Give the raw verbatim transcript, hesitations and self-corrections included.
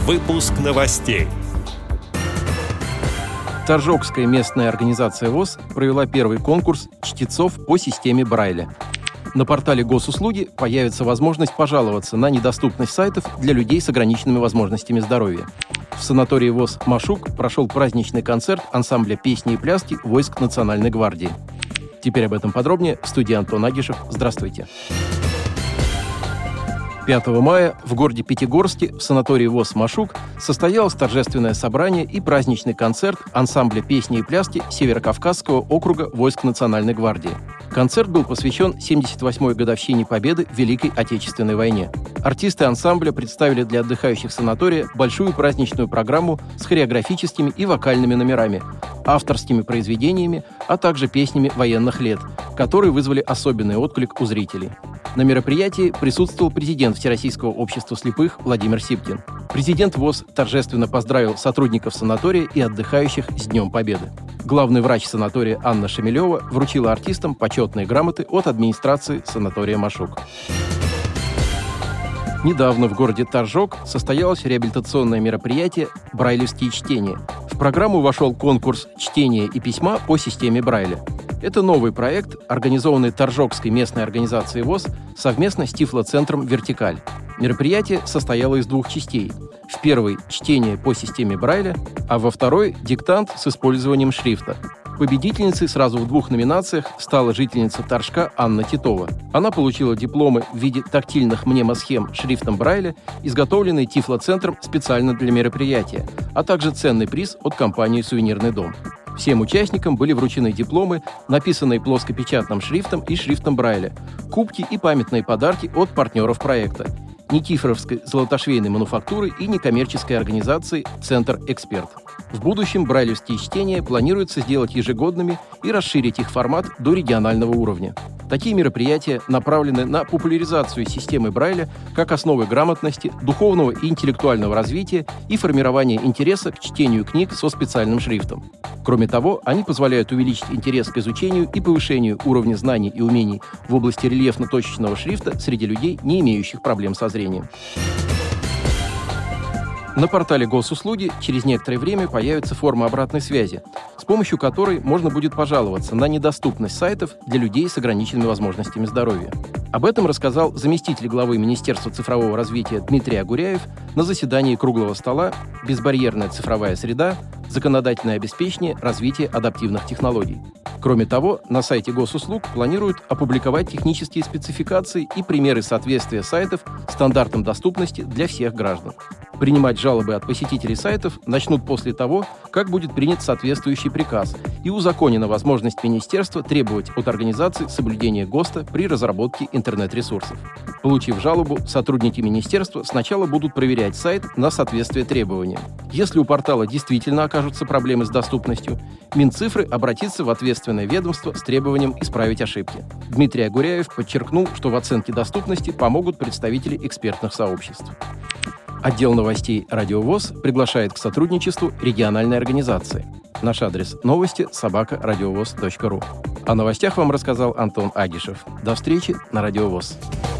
Выпуск новостей. Торжокская местная организация ВОС провела первый конкурс чтецов по системе Брайля. На портале Госуслуги появится возможность пожаловаться на недоступность сайтов для людей с ограниченными возможностями здоровья. В санатории ВОС «Машук» прошел праздничный концерт ансамбля песни и пляски войск Национальной гвардии. Теперь об этом подробнее. В студии Антон Агишев. Здравствуйте. пятого мая в городе Пятигорске в санатории ВОС «Машук» состоялось торжественное собрание и праздничный концерт ансамбля песни и пляски Северокавказского округа войск Национальной гвардии. Концерт был посвящен семьдесят восьмой годовщине Победы в Великой Отечественной войне. Артисты ансамбля представили для отдыхающих санатория большую праздничную программу с хореографическими и вокальными номерами, авторскими произведениями, а также песнями военных лет, которые вызвали особенный отклик у зрителей. На мероприятии присутствовал президент Всероссийского общества слепых Владимир Сипкин. Президент ВОС торжественно поздравил сотрудников санатория и отдыхающих с Днем Победы. Главный врач санатория Анна Шемелева вручила артистам почетные грамоты от администрации санатория «Машук». Недавно в городе Торжок состоялось реабилитационное мероприятие «Брайлевские чтения». В программу вошел конкурс чтения и письма по системе Брайля. Это новый проект, организованный Торжокской местной организацией ВОС совместно с Тифлоцентром «Вертикаль». Мероприятие состояло из двух частей. В первой – чтение по системе Брайля, а во второй – диктант с использованием шрифта. Победительницей сразу в двух номинациях стала жительница Торжка Анна Титова. Она получила дипломы в виде тактильных мнемосхем шрифтом Брайля, изготовленные Тифлоцентром специально для мероприятия, а также ценный приз от компании «Сувенирный дом». Всем участникам были вручены дипломы, написанные плоскопечатным шрифтом и шрифтом Брайля, кубки и памятные подарки от партнеров проекта – Никифоровской золотошвейной мануфактуры и некоммерческой организации «Центр Эксперт». В будущем брайлевские чтения планируется сделать ежегодными и расширить их формат до регионального уровня. Такие мероприятия направлены на популяризацию системы Брайля как основы грамотности, духовного и интеллектуального развития и формирования интереса к чтению книг со специальным шрифтом. Кроме того, они позволяют увеличить интерес к изучению и повышению уровня знаний и умений в области рельефно-точечного шрифта среди людей, не имеющих проблем со зрением. На портале Госуслуги через некоторое время появится форма обратной связи, с помощью которой можно будет пожаловаться на недоступность сайтов для людей с ограниченными возможностями здоровья. Об этом рассказал заместитель главы Министерства цифрового развития Дмитрий Агуряев на заседании круглого стола «Безбарьерная цифровая среда. Законодательное обеспечение развития адаптивных технологий». Кроме того, на сайте Госуслуг планируют опубликовать технические спецификации и примеры соответствия сайтов стандартам доступности для всех граждан. Принимать жалобы от посетителей сайтов начнут после того, как будет принят соответствующий приказ и узаконена возможность министерства требовать от организаций соблюдения ГОСТа при разработке интернет-ресурсов. Получив жалобу, сотрудники министерства сначала будут проверять сайт на соответствие требованиям. Если у портала действительно окажутся проблемы с доступностью, Минцифры обратится в ответственное ведомство с требованием исправить ошибки. Дмитрий Агуряев подчеркнул, что в оценке доступности помогут представители экспертных сообществ. Отдел новостей «Радио ВОС» приглашает к сотрудничеству региональной организации. Наш адрес – новости собака радиовоз точка ру. О новостях вам рассказал Антон Агишев. До встречи на «Радио ВОС».